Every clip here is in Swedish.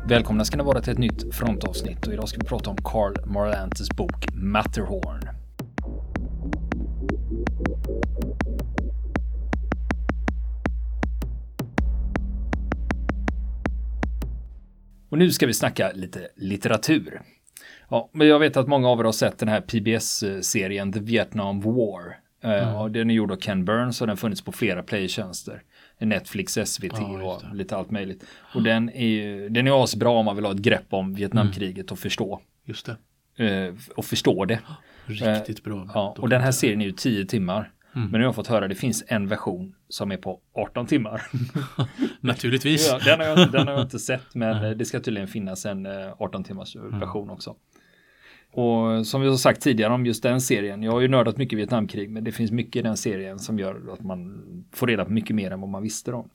Välkomna ska ni vara till ett nytt frontavsnitt och idag ska vi prata om Karl Marlantes bok Matterhorn. Och nu ska vi snacka lite litteratur. Ja, men jag vet att många av er har sett den här PBS-serien The Vietnam War. Och den är gjord av Ken Burns och den har funnits på flera playtjänster. Netflix, SVT och lite allt möjligt. Och den är asbra om man vill ha ett grepp om Vietnamkriget och förstå. Just det. Och förstå det. Riktigt bra. Ja, och den här serien är ju 10 timmar. Men nu har jag fått höra att det finns en version som är på 18 timmar. Naturligtvis. Ja, den har jag inte sett, men det ska tydligen finnas en 18 timmars version också. Och som vi har sagt tidigare om just den serien, jag har ju nördat mycket Vietnamkrig, men det finns mycket i den serien som gör att man får reda på mycket mer än vad man visste om.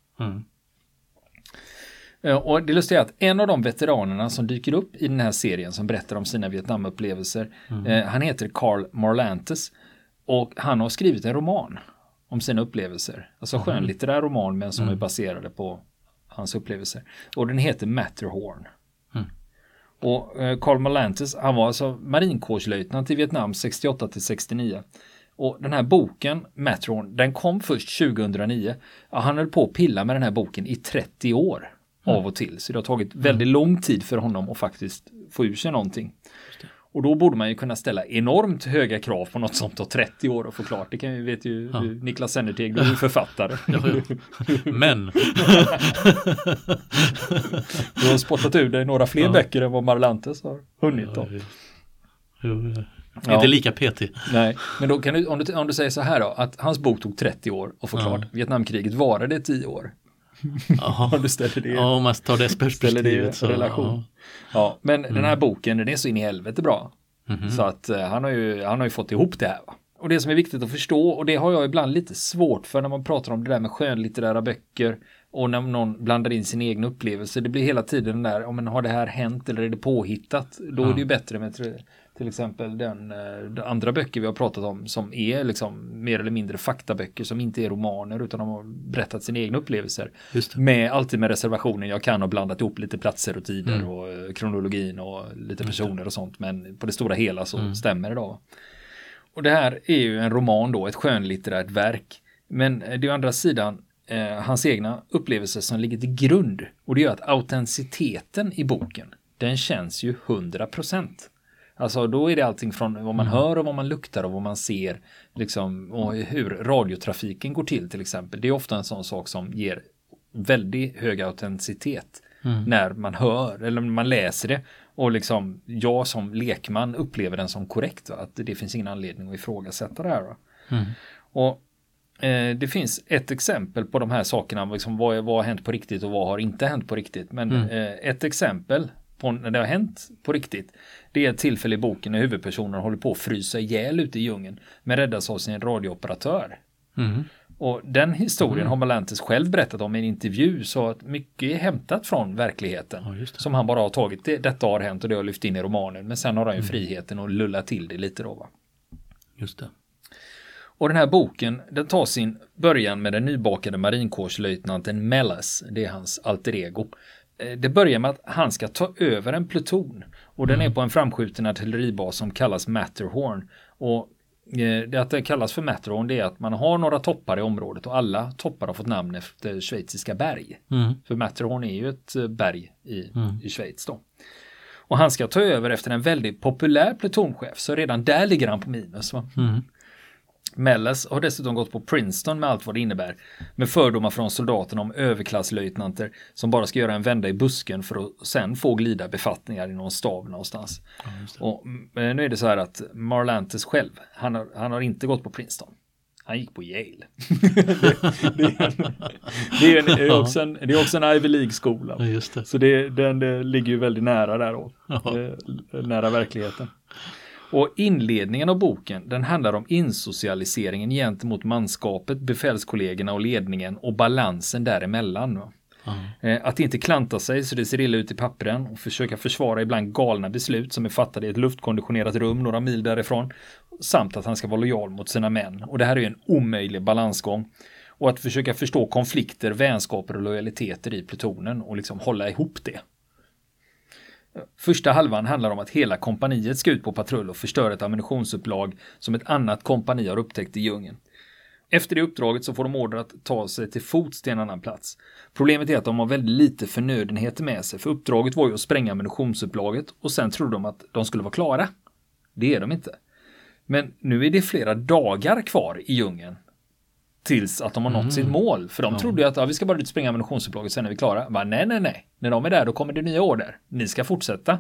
Och det lustiga är att en av de veteranerna som dyker upp i den här serien som berättar om sina Vietnamupplevelser, han heter Karl Marlantes och han har skrivit en roman om sina upplevelser. Alltså skönlitterär roman men som är baserade på hans upplevelser. Och den heter Matterhorn. Och Karl Marlantes, han var alltså marinkårslöjtnant i Vietnam 68-69. Och den här boken, Matterhorn, den kom först 2009. Ja, han höll på att pilla med den här boken i 30 år av och till. Så det har tagit väldigt lång tid för honom att faktiskt få ur sig någonting. Och då borde man ju kunna ställa enormt höga krav på något som tar 30 år att få klart. Det kan vi vet ju Niklas Sennerteg, du är författare. Men du har spottat ur dig några fler böcker än vad Marlantes har hunnit då. Inte lika petig. Nej, men då kan du, om du säger så här då, att hans bok tog 30 år att få klart. Vietnamkriget varade 10 år. Om du ställer det. Ja, om man tar det perspektivet så relation. Ja, men den här boken, den är så in i helvete bra. Så att han har ju fått ihop det här, va? Och det som är viktigt att förstå, och det har jag ibland lite svårt för när man pratar om det där med skönlitterära böcker och när någon blandar in sin egen upplevelse, det blir hela tiden där, om har det här hänt eller är det påhittat? Då är det ju bättre med till exempel den andra böcker vi har pratat om som är liksom mer eller mindre faktaböcker som inte är romaner utan de har berättat sina egna upplevelser. Alltid med reservationen, jag kan ha blandat ihop lite platser och tider och kronologin och lite personer och sånt, men på det stora hela så stämmer det då. Och det här är ju en roman då, ett skönlitterärt verk, men det är å andra sidan hans egna upplevelser som ligger till grund, och det gör att autenticiteten i boken, den känns ju 100%. Alltså då är det allting från vad man hör och vad man luktar och vad man ser liksom, och hur radiotrafiken går till exempel. Det är ofta en sån sak som ger väldigt hög autenticitet när man hör eller man läser det, och liksom jag som lekman upplever den som korrekt, va? Att det finns ingen anledning att ifrågasätta det här. Och det finns ett exempel på de här sakerna, liksom, vad har hänt på riktigt och vad har inte hänt på riktigt, men ett exempel på när det har hänt på riktigt, det är ett tillfälle i boken när huvudpersonen håller på att frysa ihjäl ute i djungeln men räddas av sin radiooperatör. Och den historien har Marlantes själv berättat om i en intervju, så att mycket är hämtat från verkligheten som han bara har tagit. Detta har hänt och det har lyft in i romanen, men sen har han ju friheten att lulla till det lite då, va? Just det. Och den här boken, den tar sin början med den nybakade marinkårslöjtnanten Mellas, det är hans alter ego. Det börjar med att han ska ta över en pluton, och den är på en framskjuten artilleribas som kallas Matterhorn. Och det att det kallas för Matterhorn, det är att man har några toppar i området och alla toppar har fått namn efter schweiziska berg. För Matterhorn är ju ett berg i Schweiz då. Och han ska ta över efter en väldigt populär plutonchef, så redan där ligger han på minus, va? Mellas har dessutom gått på Princeton med allt vad det innebär, med fördomar från soldaterna om överklasslöjtnanter som bara ska göra en vända i busken för att sen få glida befattningar i någon stav någonstans. Och nu är det så här att Marlantes själv, han har inte gått på Princeton. Han gick på Yale. det är också en Ivy League-skola. Ja, just det. Så det ligger ju väldigt nära där då. Nära verkligheten. Och inledningen av boken, den handlar om insocialiseringen gentemot manskapet, befälskollegorna och ledningen och balansen däremellan. Att inte klanta sig så det ser illa ut i pappren och försöka försvara ibland galna beslut som är fattade i ett luftkonditionerat rum några mil därifrån, samt att han ska vara lojal mot sina män. Och det här är ju en omöjlig balansgång. Och att försöka förstå konflikter, vänskaper och lojaliteter i plutonen och liksom hålla ihop det. Första halvan handlar om att hela kompaniet ska ut på patrull och förstöra ett ammunitionsupplag som ett annat kompani har upptäckt i djungeln. Efter det uppdraget så får de order att ta sig till fots till en annan plats. Problemet är att de har väldigt lite förnödenheter med sig, för uppdraget var ju att spränga ammunitionsupplaget och sen trodde de att de skulle vara klara. Det är de inte. Men nu är det flera dagar kvar i djungeln tills att de har nått sitt mål. För de trodde ju att vi ska bara ut spränga ammunitionsupplaget, sen är vi klara. Men nej. När de är där då kommer det nya order. Ni ska fortsätta.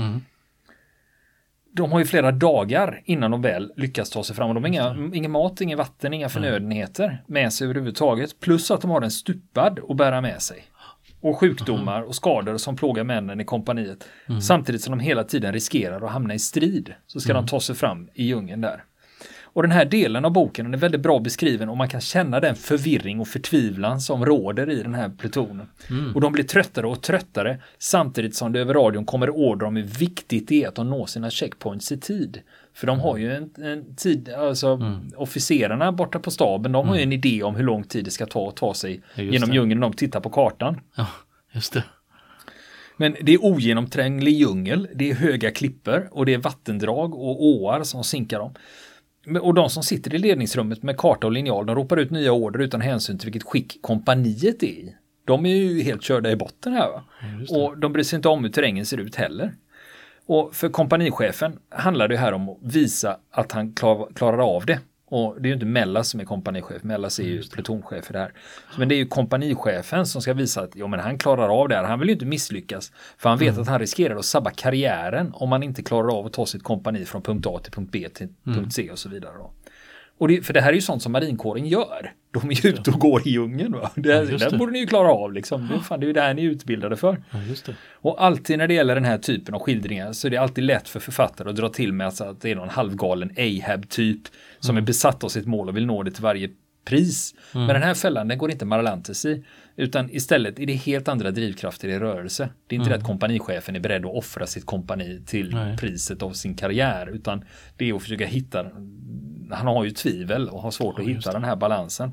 De har ju flera dagar innan de väl lyckas ta sig fram. Och de har ingen mat, ingen vatten, inga förnödenheter med sig överhuvudtaget. Plus att de har en stupad att bära med sig. Och sjukdomar och skador som plågar männen i kompaniet. Samtidigt som de hela tiden riskerar att hamna i strid. Så ska de ta sig fram i djungeln där. Och den här delen av boken är väldigt bra beskriven och man kan känna den förvirring och förtvivlan som råder i den här plutonen. Och de blir tröttare och tröttare samtidigt som det över radion kommer order om hur viktigt det är att de når sina checkpoints i tid. För de har ju en tid, alltså officerarna borta på staben, de har ju en idé om hur lång tid det ska ta sig genom djungeln när de tittar på kartan. Ja, just det. Men det är ogenomtränglig djungel, det är höga klippor och det är vattendrag och åar som sinkar dem. Och de som sitter i ledningsrummet med karta och linjal, de ropar ut nya order utan hänsyn till vilket skick kompaniet är i. De är ju helt körda i botten här va? Och de bryr sig inte om hur terrängen ser ut heller. Och för kompanichefen handlar det här om att visa att han klarar av det. Och det är ju inte Mellas som är kompanichef. Mellas är ju plutonchef för det här. Men det är ju kompanichefen som ska visa att men han klarar av det här. Han vill ju inte misslyckas. För han vet att han riskerar att sabba karriären om man inte klarar av att ta sitt kompani från punkt A till punkt B till punkt C och så vidare. Då. Och för det här är ju sånt som marinkåren gör. De är ju ute och går i djungeln. Va? Det borde ni ju klara av. Liksom. Det är ju det här ni är utbildade för. Ja, just det. Och alltid när det gäller den här typen av skildringar så är det alltid lätt för författare att dra till med att det är någon halvgalen Ahab-typ som är besatt av sitt mål och vill nå det till varje pris. Men den här fällan, den går inte Marlantes i. Utan istället är det helt andra drivkrafter i rörelse. Det är inte det att kompanichefen är beredd att offra sitt kompani till priset av sin karriär. Utan det är att försöka hitta, han har ju tvivel och har svårt att hitta den här balansen.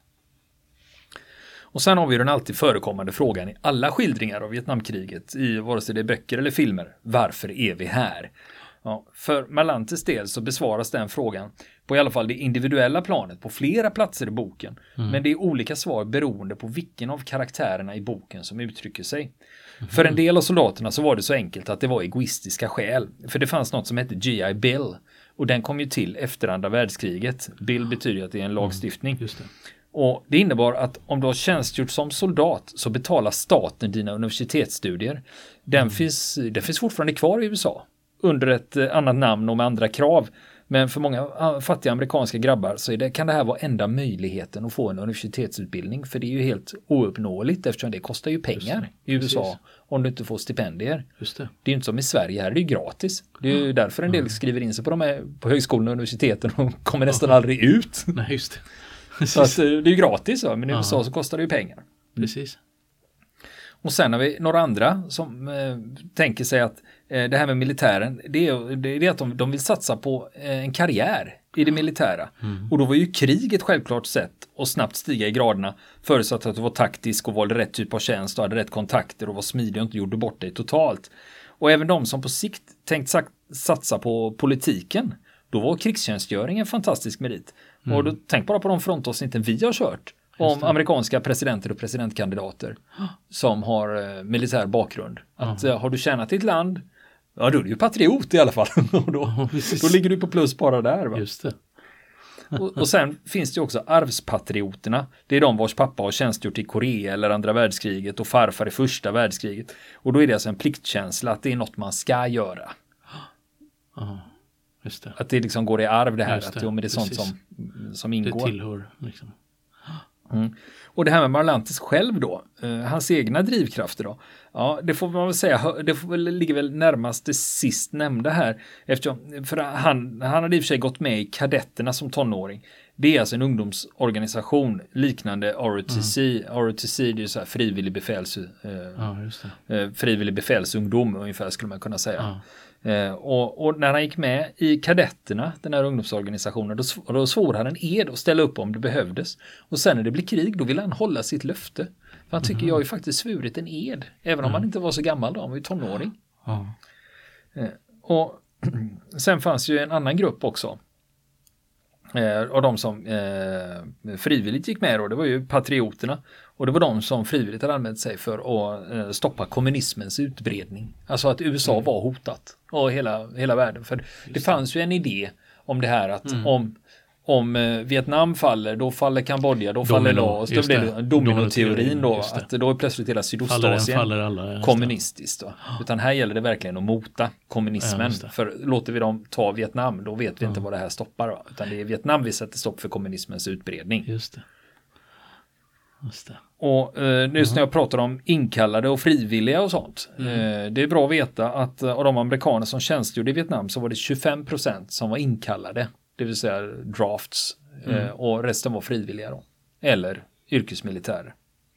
Och sen har vi den alltid förekommande frågan i alla skildringar av Vietnamkriget, i vare sig det är böcker eller filmer. Varför är vi här? Ja, för Marlantes del så besvaras den frågan på i alla fall det individuella planet på flera platser i boken. Men det är olika svar beroende på vilken av karaktärerna i boken som uttrycker sig. För en del av soldaterna så var det så enkelt att det var egoistiska skäl. För det fanns något som hette G.I. Bill. Och den kom ju till efter andra världskriget. Bill betyder att det är en lagstiftning. Just det. Och det innebar att om du har tjänstgjort som soldat så betalar staten dina universitetsstudier. Den finns fortfarande kvar i USA. Under ett annat namn och med andra krav. Men för många fattiga amerikanska grabbar så kan det här vara enda möjligheten att få en universitetsutbildning. För det är ju helt ouppnåeligt eftersom det kostar ju pengar i USA om du inte får stipendier. Just det. Det är ju inte som i Sverige här, det är ju gratis. Det är ju därför en del skriver in sig på högskolorna och universiteten och kommer nästan aldrig ut. Nej, just det. Så att, det är ju gratis, men i USA så kostar det ju pengar. Precis. Och sen har vi några andra som tänker sig att det här med militären, det är att de vill satsa på en karriär i det militära. Och då var ju krig ett självklart sätt att snabbt stiga i graderna, förutsatt att du var taktisk och valde rätt typ av tjänst och hade rätt kontakter och var smidig och inte gjorde bort dig totalt. Och även de som på sikt tänkt satsa på politiken, då var krigstjänstgöring en fantastisk merit. Och då, tänk bara på de frontavsnitten vi har kört om amerikanska presidenter och presidentkandidater som har militär bakgrund. Att har du tjänat i ett land, ja då är du ju patriot i alla fall. Och då ligger du på plus bara där. Va? Just det. och sen finns det ju också arvspatrioterna. Det är de vars pappa har tjänstgjort i Korea eller andra världskriget och farfar i första världskriget. Och då är det alltså en pliktkänsla att det är något man ska göra. Just det. Att det liksom går i arv det här. Att det är sånt som ingår. Det tillhör liksom. Och det här med Marlantes själv då, hans egna drivkrafter då, ja det får man väl säga, ligger väl närmast det sist nämnda här, eftersom för han hade i och för sig gått med i kadetterna som tonåring. Det är alltså en ungdomsorganisation liknande ROTC. ROTC det är ju så här frivillig befälsungdom ungefär skulle man kunna säga. Och när han gick med i kadetterna, den här ungdomsorganisationen, då svor han en ed och ställa upp om det behövdes. Och sen när det blir krig, då vill han hålla sitt löfte. För han tycker jag har ju faktiskt svurit en ed, även om han inte var så gammal då, han var ju tonåring. Och sen fanns ju en annan grupp också. Och de som frivilligt gick med då, det var ju patrioterna. Och det var de som frivilligt hade använt sig för att stoppa kommunismens utbredning. Alltså att USA var hotat. Och hela världen. För det fanns ju en idé om det här att om Vietnam faller, då faller Kambodja, då faller Laos. Då blir det dominoteorin då. Att då är plötsligt hela Sydostasien kommunistiskt. Då. Utan här gäller det verkligen att mota kommunismen. För låter vi dem ta Vietnam, då vet vi inte vad det här stoppar. Då. Utan det är Vietnam vi sätter stopp för kommunismens utbredning. Just det. Och just när jag pratar om inkallade och frivilliga och sånt. Det är bra att veta att av de amerikaner som tjänstgjorde i Vietnam så var det 25% som var inkallade. Det vill säga drafts. Och resten var frivilliga då. Eller yrkesmilitärer.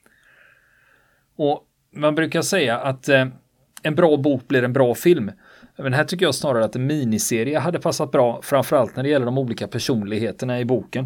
Och man brukar säga att en bra bok blir en bra film. Men här tycker jag snarare att en miniserie hade passat bra. Framförallt när det gäller de olika personligheterna i boken.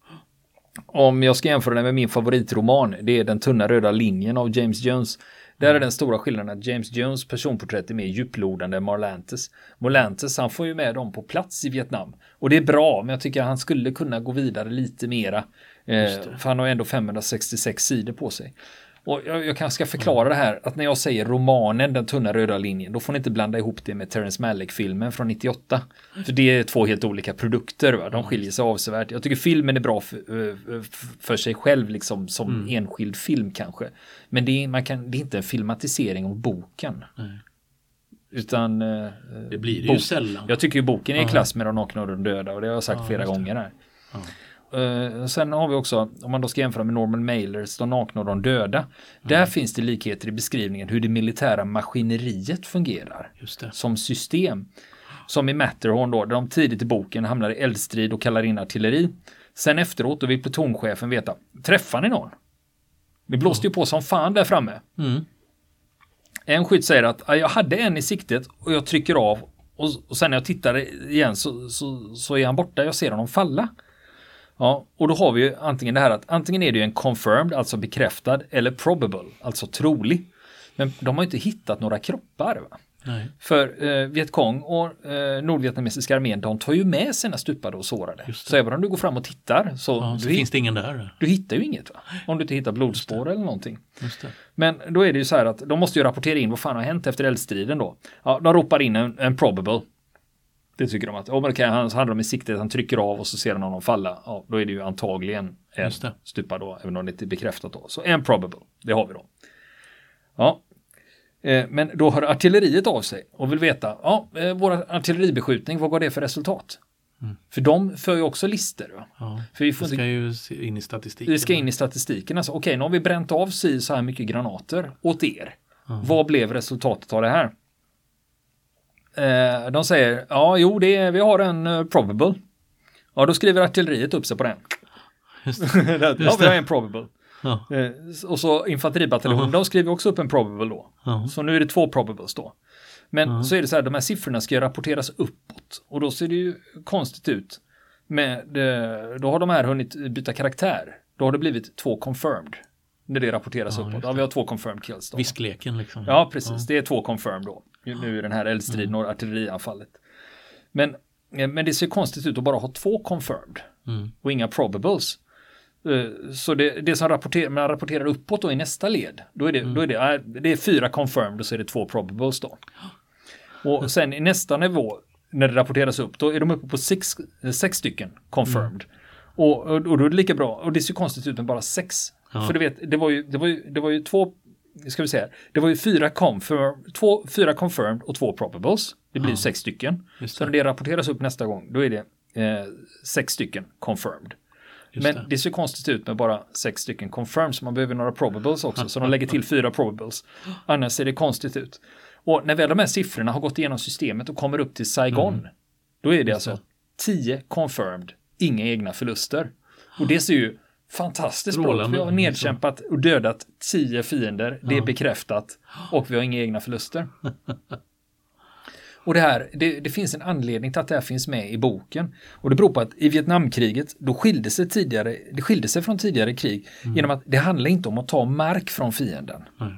Om jag ska jämföra den med min favoritroman, det är Den tunna röda linjen av James Jones. Där är den stora skillnaden att James Jones personporträtt är mer djuplodande än Marlantes. Marlantes, han får ju med dem på plats i Vietnam. Och det är bra, men jag tycker att han skulle kunna gå vidare lite mera. För han har ändå 566 sidor på sig. Och jag kanske ska förklara det här, att när jag säger romanen Den tunna röda linjen, då får ni inte blanda ihop det med Terrence Malick-filmen från 98. För det är två helt olika produkter, va? De skiljer sig avsevärt. Jag tycker filmen är bra för sig själv, liksom som enskild film kanske. Men det är inte en filmatisering av boken. Utan det blir det ju sällan. Jag tycker ju boken är i klass med De nakna och de döda, och det har jag sagt flera gånger här. Sen har vi också, om man då ska jämföra med Norman Mailers De nakna och de döda, där finns det likheter i beskrivningen hur det militära maskineriet fungerar som system. Som i Matterhorn då, där de tidigt i boken hamnar i eldstrid och kallar in artilleri. Sen efteråt, då vill plutonchefen veta, träffar ni någon? Det blåste ju på som fan där framme. En skytt säger att jag hade en i siktet och jag trycker av, och sen när jag tittar igen så är han borta, jag ser honom falla. Ja, och då har vi ju antingen det här att antingen är det ju en confirmed, alltså bekräftad, eller probable, alltså trolig. Men de har ju inte hittat några kroppar, va? Nej. För Vietcong och nordvietnamesiska armén, de tar ju med sina stupade och sårade. Så även om du går fram och tittar så finns det ingen där. Du hittar ju inget, va? Om du inte hittar blodspår eller någonting. Just det. Men då är det ju så här att de måste ju rapportera in vad fan har hänt efter eldstriden då. Ja, de ropar in en probable. Det tycker de att, han handlar om i siktet, han trycker av och så ser han honom falla. Ja, då är det ju antagligen en stupad då, även om det inte är bekräftat då. Så en probable, det har vi då. Ja, men då hör artilleriet av sig och vill veta, våra artilleribeskjutning, vad går det för resultat? För de för ju också lister. Va? Ja, för vi ska ju in i statistiken. Vi ska in i statistiken. Alltså, okej, nu har vi bränt av så här mycket granater åt er. Vad blev resultatet av det här? De säger, vi har en probable. Ja, då skriver artilleriet upp sig på den. Just det. Vi har en probable. Ja. Och så infanteribataljonen, de skriver också upp en probable då. Så nu är det 2 probables då. Men så är det så här, de här siffrorna ska rapporteras uppåt. Och då ser det ju konstigt ut. Då har de här hunnit byta karaktär. Då har det blivit 2 confirmed. När det rapporteras uppåt. Ja, vi har 2 confirmed kills då. Viskleken liksom. Ja, precis. Det är 2 confirmed då. Nu är den här eldstriden och artillerianfallet. Men det ser konstigt ut att bara ha 2 confirmed. Och inga probables. Så det som man rapporterar uppåt då i nästa led. Då är det 4 confirmed och så är det 2 probables då. Och sen i nästa nivå, när det rapporteras upp, då är de uppe på 6 stycken confirmed. Och då är det lika bra. Och det ser konstigt ut med bara 6. För du vet, det var ju 2, ska vi säga, det var ju 4 confirmed och 2 probables. Det blir 6 stycken. Så när det rapporteras upp nästa gång, då är det 6 stycken confirmed. Men det ser konstigt ut med bara 6 stycken confirmed, så man behöver några probables också. Så de lägger till 4 probables. Annars ser det konstigt ut. Och när väl de här siffrorna har gått igenom systemet och kommer upp till Saigon, då är det alltså 10 confirmed, inga egna förluster. Och det ser ju fantastiskt bra. Vi har nedkämpat och dödat 10 fiender. Det är bekräftat. Och vi har inga egna förluster. Och det finns en anledning till att det här finns med i boken. Och det beror på att i Vietnamkriget, det skilde sig från tidigare krig genom att det handlar inte om att ta mark från fienden.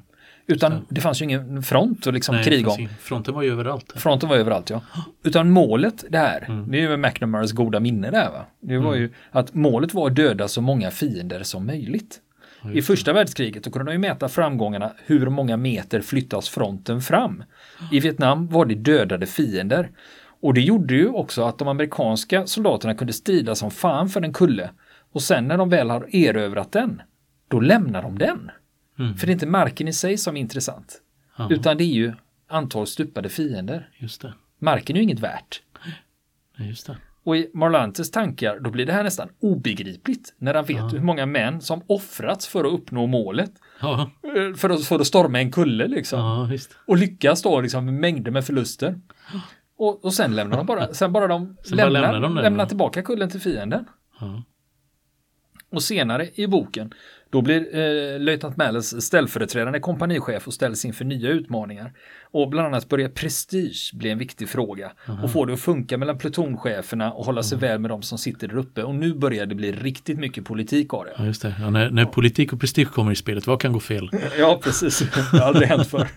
Utan det fanns ju ingen front att liksom kriga om. Fronten var ju överallt. Fronten var överallt, ja. Utan målet det här, det är ju McNamaras goda minne där, va. Det var ju att målet var att döda så många fiender som möjligt. I första världskriget då kunde de ju mäta framgångarna hur många meter flyttas fronten fram. I Vietnam var det dödade fiender. Och det gjorde ju också att de amerikanska soldaterna kunde strida som fan för en kulle. Och sen när de väl har erövrat den, då lämnar de den. För det är inte marken i sig som är intressant. Utan det är ju antal stupade fiender. Just det. Marken är ju inget värt. Just det. Och i Marlantes tankar, då blir det här nästan obegripligt när han vet hur många män som offrats för att uppnå målet. Ja. För att storma en kulle liksom. Ja, visst. Och lyckas då liksom med mängder med förluster. Och sen lämnar de bara. Sen bara de lämnar tillbaka kullen till fienden. Ja. Och senare i boken, då blir löjtnant Malles ställföreträdande kompanichef och ställs inför nya utmaningar. Och bland annat börjar prestige bli en viktig fråga. Och få det att funka mellan plutoncheferna och hålla sig väl med de som sitter där uppe. Och nu börjar det bli riktigt mycket politik av det. Ja, just det. Ja, när politik och prestige kommer i spelet, vad kan gå fel? Ja, precis. Det har aldrig hänt förr.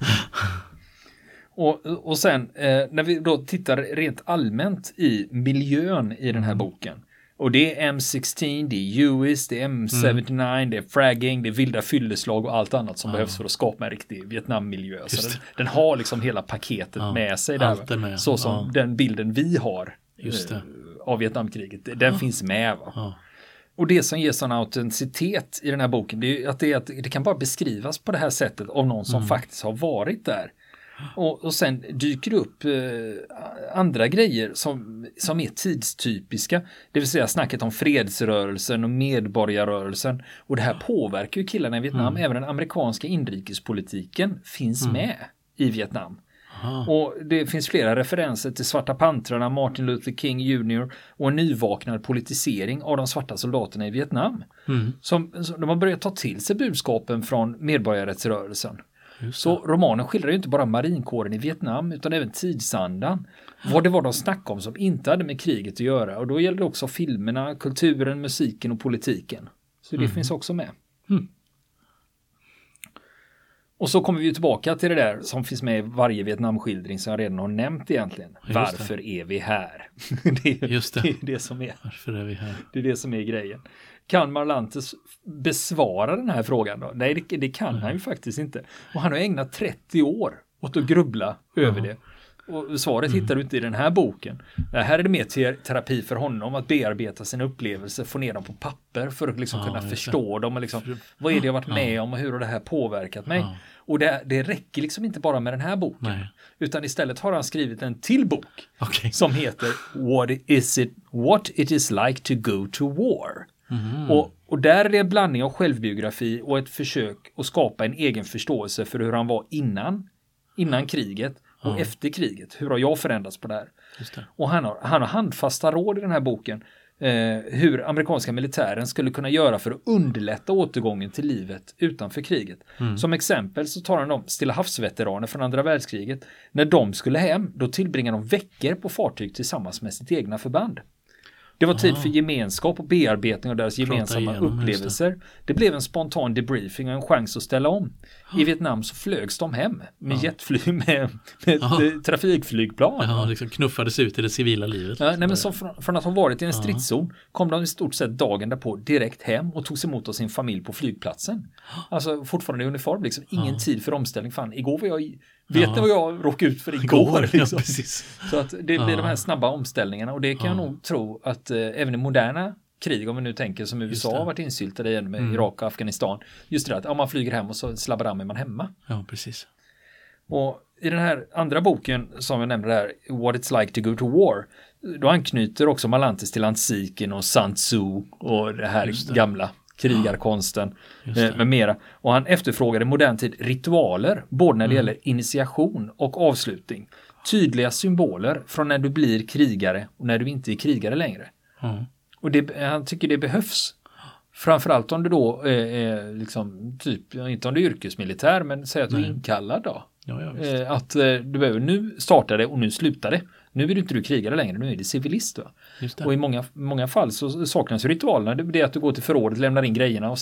Och sen när vi då tittar rent allmänt i miljön i den här boken. Och det är M16, det är US, det är M79, det är fragging, det är vilda fylleslag och allt annat som behövs för att skapa en riktig Vietnammiljö. Så den har liksom hela paketet med sig där. Med. Så som den bilden vi har av Vietnamkriget, den finns med. Va? Ja. Och det som ger sån autenticitet i den här boken, det är att det kan bara beskrivas på det här sättet av någon som faktiskt har varit där. Och sen dyker det upp andra grejer som är tidstypiska. Det vill säga snacket om fredsrörelsen och medborgarrörelsen. Och det här påverkar ju killarna i Vietnam. Även den amerikanska inrikespolitiken finns med i Vietnam. Och det finns flera referenser till Svarta pantrarna, Martin Luther King Jr. och en nyvaknad politisering av de svarta soldaterna i Vietnam. Som de har börjat ta till sig budskapen från medborgarrättsrörelsen. Så romanen skildrar ju inte bara marinkåren i Vietnam utan även tidsandan. Vad det var de snackade om som inte hade med kriget att göra. Och då gäller det också filmerna, kulturen, musiken och politiken. Så det finns också med. Och så kommer vi tillbaka till det där som finns med i varje Vietnamskildring som jag redan har nämnt egentligen. Varför är vi här? Det är det som är. Varför är vi här? Det är det som är grejen. Kan Marlantes besvara den här frågan då? Nej, det kan han ju faktiskt inte. Och han har ägnat 30 år åt att grubbla över det. Och svaret hittar du inte i den här boken. Här är det mer terapi för honom att bearbeta sina upplevelser, få ner dem på papper för att liksom kunna förstå dem. Och liksom, vad är det jag varit med om och hur har det här påverkat mig? Och det räcker liksom inte bara med den här boken. Nej. Utan istället har han skrivit en till bok som heter What it is like to go to war. Och där är det en blandning av självbiografi och ett försök att skapa en egen förståelse för hur han var innan kriget och efter kriget. Hur har jag förändrats på det här? Just det. Och han har handfasta råd i den här boken hur amerikanska militären skulle kunna göra för att underlätta återgången till livet utanför kriget. Som exempel så tar han de Stilla havsveteraner från andra världskriget. När de skulle hem, då tillbringar de veckor på fartyg tillsammans med sitt egna förband. Det var tid för gemenskap och bearbetning av deras gemensamma upplevelser. Det blev en spontan debriefing och en chans att ställa om. I Vietnam så flögs de hem med jetflyg med trafikflygplan. Ja, liksom knuffades ut i det civila livet. Ja, nej, men så från att ha varit i en stridszon kom de i stort sett dagen därpå direkt hem och togs emot av sin familj på flygplatsen. Alltså fortfarande i uniform, liksom ingen tid för omställning. Fan, igår var jag vet ni vad jag råkade ut för igår? Liksom. Ja, precis. Så att det blir de här snabba omställningarna och det kan jag nog tro att även i moderna krig, om vi nu tänker som USA har varit insyltade igen med Irak och Afghanistan, just det att man flyger hem och så slabbaram är man hemma. Ja, precis. Och i den här andra boken som jag nämnde här, What it's like to go to war, då anknyter också Marlantes till antiken och Sun Tzu och det här gamla krigarkonsten med mera. Och han efterfrågade i modern tid ritualer, både när det gäller initiation och avslutning. Tydliga symboler från när du blir krigare och när du inte är krigare längre. Och han tycker det behövs. Framförallt om du då är liksom typ, inte om du är yrkesmilitär, men säg att du är inkallad då. Att du behöver nu starta det och nu slutar det. Nu är du inte krigare längre, nu är du civilist. Och i många fall så saknas ritualerna. Det är att du går till förrådet, lämnar in grejerna och sen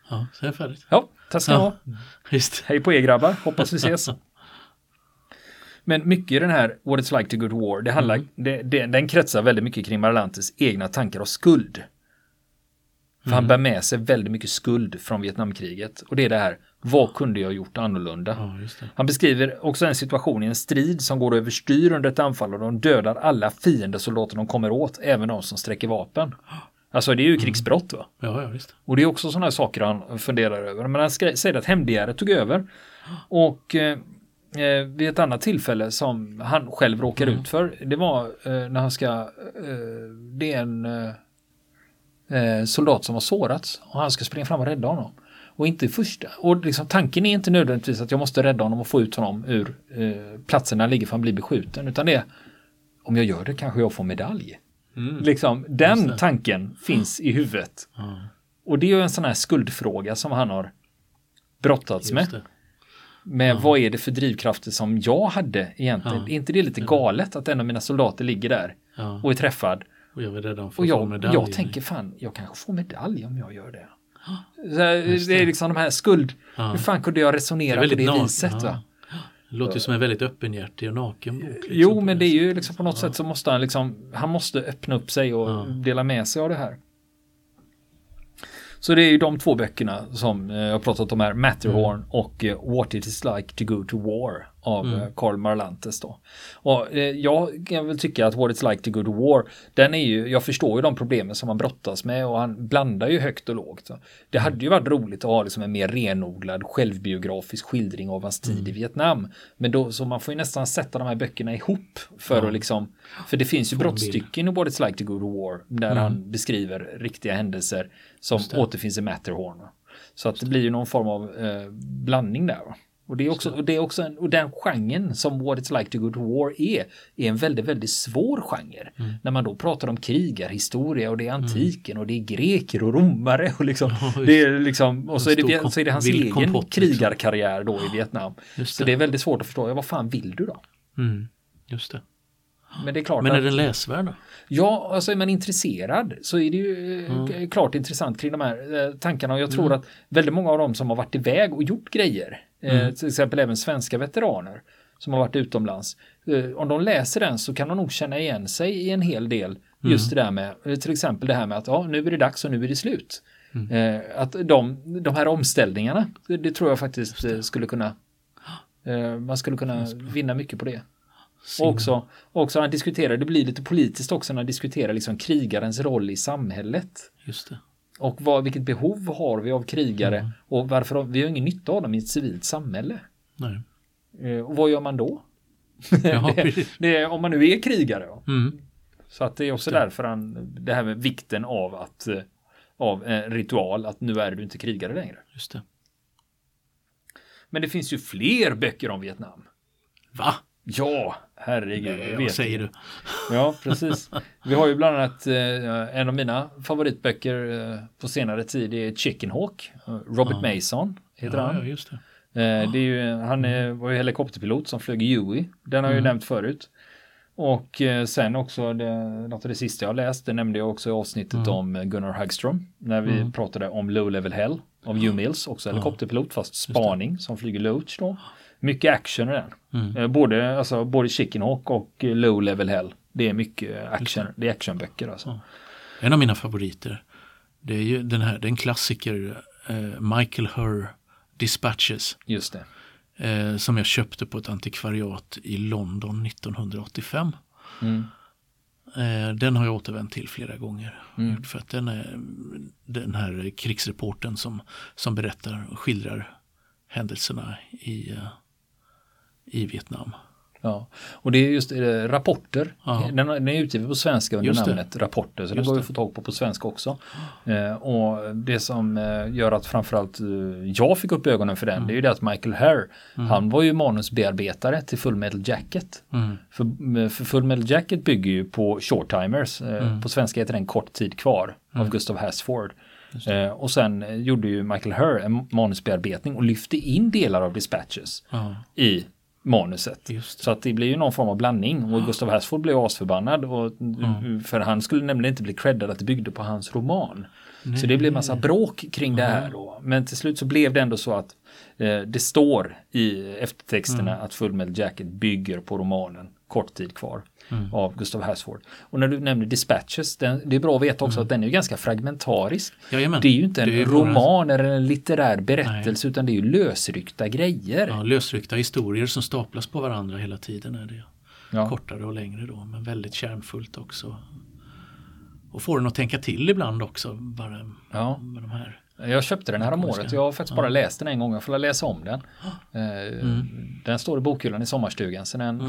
Ja, så är det färdigt. Ja, tack ska ni ha. Just. Hej på er grabbar, hoppas vi ses. Men mycket i den här What It's Like to Go to War, det handlar, den kretsar väldigt mycket kring Marlantes egna tankar och skuld. För han bär med sig väldigt mycket skuld från Vietnamkriget. Och det är det här, vad kunde jag gjort annorlunda? Ja, just det. Han beskriver också en situation i en strid som går överstyr under ett anfall och de dödar alla fiendesoldater de kommer åt, även de som sträcker vapen. Alltså det är ju krigsbrott va? Ja, visst. Och det är också sådana saker han funderar över. Men han säger att hämndbegäret tog över. Och vid ett annat tillfälle som han själv råkar ut för, det var när han ska, det är en soldat som har sårats och han ska springa fram och rädda honom. Och inte första. Och liksom, tanken är inte nödvändigtvis att jag måste rädda honom och få ut honom ur platsen där ligger för han blir beskjuten. Utan det är, om jag gör det kanske jag får medalj. Liksom, den tanken finns i huvudet. Och det är ju en sån här skuldfråga som han har brottats med. Med vad är det för drivkrafter som jag hade egentligen? Är inte det lite galet att en av mina soldater ligger där och är träffad? Och jag vill rädda och jag tänker fan, jag kanske får medalj om jag gör det. Det är liksom de här skuld. Hur fan kunde jag resonera på det viset? Va? Det låter ju som en väldigt öppenhjärtig och naken bok. Liksom, jo, men det är ju liksom på något sätt så måste han liksom, han måste öppna upp sig och dela med sig av det här. Så det är ju de två böckerna som jag har pratat om här, Matterhorn och What It Is Like to Go to War av Karl Marlantes då. Och jag kan väl tycka att What It's Like to Go to War, den är ju, jag förstår ju de problemen som han brottas med och han blandar ju högt och lågt. Så. Det hade ju varit roligt att ha liksom en mer renodlad självbiografisk skildring av hans tid i Vietnam. Men då, så man får ju nästan sätta de här böckerna ihop för att liksom, för det finns ju brottstycken i What It's Like to Go to War där han beskriver riktiga händelser som återfinns i Matterhorn. Så att det blir ju någon form av blandning där. Och det är också och den genren som What It's Like to Go to War är en väldigt, väldigt svår genre. När man då pratar om krigarhistoria och det är antiken och det är greker och romare och liksom, det är liksom, och så är det hans egen krigarkarriär då i Vietnam. Så det är väldigt svårt att förstå. Ja, vad fan vill du då? Just det. Men det är klart. Men är den läsvärd då? Ja, alltså är man intresserad så är det ju klart intressant kring de här tankarna. Och jag tror att väldigt många av dem som har varit iväg och gjort grejer, till exempel även svenska veteraner som har varit utomlands, om de läser den så kan de nog känna igen sig i en hel del. Just det där med, till exempel det här med att nu är det dags och nu är det slut. Att de här omställningarna, det tror jag faktiskt skulle kunna, man skulle kunna vinna mycket på det. Och också han diskuterar, det blir lite politiskt också när han diskuterar liksom krigarens roll i samhället. Just det. Och vilket behov har vi av krigare och varför vi har ingen nytta av dem i ett civilt samhälle. Nej. Och vad gör man då? det är, om man nu är krigare. Så att det är också därför det här med vikten av en ritual, att nu är du inte krigare längre. Just det. Men det finns ju fler böcker om Vietnam. Va? Ja, herregud. Vad säger du? Ja, precis. Vi har ju bland annat en av mina favoritböcker på senare tid är Chicken Hawk. Robert Mason heter han. Ja, just det. Det är ju, han var ju helikopterpilot som flög i Huey. Den har jag ju nämnt förut. Och sen också, något av det sista jag läst, det nämnde jag också i avsnittet om Gunnar Hagström. När vi pratade om Low Level Hell av Hugh Mills, också helikopterpilot, fast spaning som flyger Loach då. Mycket action i den. Både Chicken Hawk och Low Level Hell. Det är mycket action. Det är actionböcker alltså. En av mina favoriter, det är ju den klassiker Michael Herr Dispatches. Just det. Som jag köpte på ett antikvariat i London 1985. Den har jag återvänt till flera gånger. För att den är den här krigsreporten som berättar och skildrar händelserna i Vietnam. Ja, och det är just rapporter. Ja. Den är utgiven på svenska under namnet Rapporter, så den går vi få tag på svenska också. Och det som gör att framförallt jag fick upp ögonen för den, det är ju det att Michael Herr, han var ju manusbearbetare till Full Metal Jacket. För Full Metal Jacket bygger ju på Short Timers. På svenska heter den Kort tid kvar av Gustav Hasford. Och sen gjorde ju Michael Herr en manusbearbetning och lyfte in delar av Dispatches i manuset. Så att det blir ju någon form av blandning. Och Gustav Hasford blev asförbannad. För han skulle nämligen inte bli creddad att det byggde på hans roman. Nej. Så det blev massa bråk kring det här då. Men till slut så blev det ändå så att det står i eftertexterna att Full Metal Jacket bygger på romanen Kort tid kvar av Gustav Hasford. Och när du nämner Dispatches, det är bra att veta också att den är ju ganska fragmentarisk. Jajamän. Det är ju inte en roman eller en litterär berättelse utan det är ju lösryckta grejer. Ja, lösryckta historier som staplas på varandra hela tiden är det. Ja. Kortare och längre då, men väldigt kärnfullt också. Och får den att tänka till ibland också bara med de här. Jag köpte den här om året. Jag har faktiskt bara läst den en gång. Jag får läsa om den. Den står i bokhyllan i sommarstugan. Så den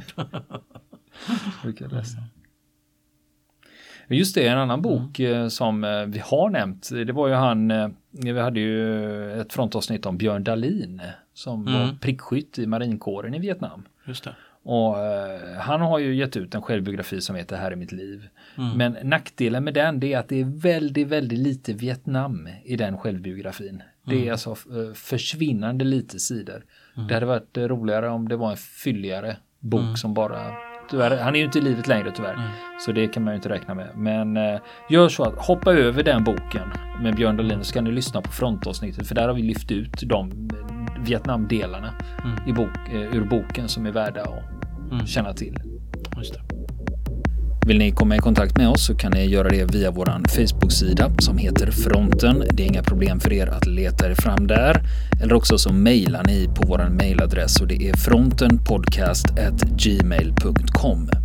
brukar jag läsa. Just det, en annan bok som vi har nämnt. Det var ju vi hade ju ett frontavsnitt om Björn Dahlin som var prickskytt i marinkåren i Vietnam. Just det. Och han har ju gett ut en självbiografi som heter Här är mitt liv. Men nackdelen med den är att det är väldigt, väldigt lite Vietnam i den självbiografin. Det är alltså försvinnande lite sidor. Det hade varit roligare om det var en fylligare bok som bara... Tyvärr, han är ju inte i livet längre tyvärr. Så det kan man ju inte räkna med. Men gör så att hoppa över den boken med Björn Dahlin och så kan ni lyssna på frontavsnittet. För där har vi lyft ut de Vietnam-delarna ur boken som är värda att känna till. Just det. Vill ni komma i kontakt med oss så kan ni göra det via våran Facebook-sida som heter Fronten. Det är inga problem för er att leta er fram där. Eller också så mejlar ni på våran mejladress och det är frontenpodcast@gmail.com.